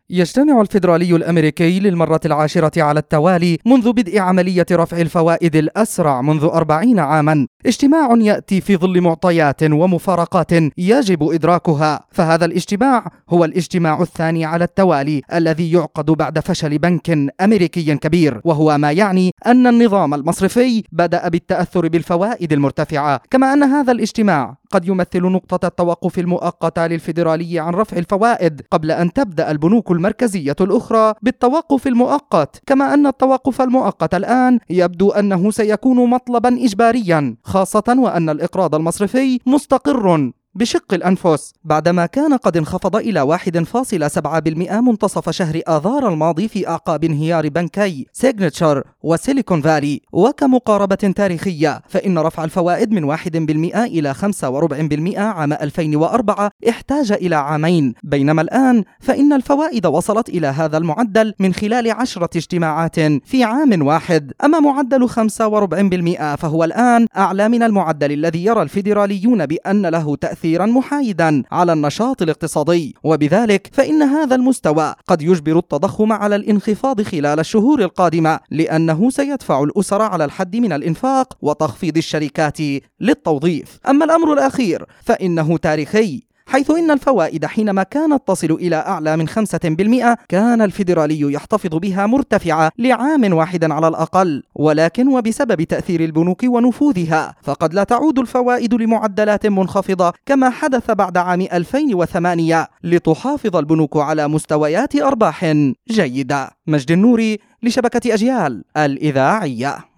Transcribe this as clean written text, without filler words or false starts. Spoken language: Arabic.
يجتمع الفيدرالي الأمريكي للمرة العاشرة على التوالي منذ بدء عملية رفع الفوائد الأسرع منذ 40 عاما. اجتماع يأتي في ظل معطيات ومفارقات يجب إدراكها، فهذا الاجتماع هو الاجتماع الثاني على التوالي الذي يعقد بعد فشل بنك أمريكي كبير، وهو ما يعني أن النظام المصرفي بدأ بالتأثر بالفوائد المرتفعة. كما أن هذا الاجتماع قد يمثل نقطة التوقف المؤقتة للفيدرالي عن رفع الفوائد قبل أن تبدأ البنوك المركزية الأخرى بالتوقف المؤقت. كما أن التوقف المؤقت الآن يبدو أنه سيكون مطلبا إجباريا، خاصة وأن الإقراض المصرفي مستقر بشق الأنفس بعدما كان قد انخفض إلى 1.7% منتصف شهر آذار الماضي في أعقاب انهيار بنكي سيغنتشر وسيليكون فالي. وكمقاربة تاريخية، فإن رفع الفوائد من 1% إلى 5.25% عام 2004 احتاج إلى عامين، بينما الآن فإن الفوائد وصلت إلى هذا المعدل من خلال 10 اجتماعات في عام واحد. أما معدل 5.25% فهو الآن أعلى من المعدل الذي يرى الفيدراليون بأن له تأثيرا محايدا على النشاط الاقتصادي، وبذلك فإن هذا المستوى قد يجبر التضخم على الانخفاض خلال الشهور القادمة، لأنه سيدفع الأسر على الحد من الإنفاق وتخفيض الشركات للتوظيف. أما الأمر الأخير فإنه تاريخي، حيث إن الفوائد حينما كانت تصل إلى أعلى من 5% كان الفيدرالي يحتفظ بها مرتفعة لعام واحد على الأقل، ولكن وبسبب تأثير البنوك ونفوذها فقد لا تعود الفوائد لمعدلات منخفضة كما حدث بعد عام 2008 لتحافظ البنوك على مستويات أرباح جيدة. مجد النوري لشبكة أجيال الإذاعية.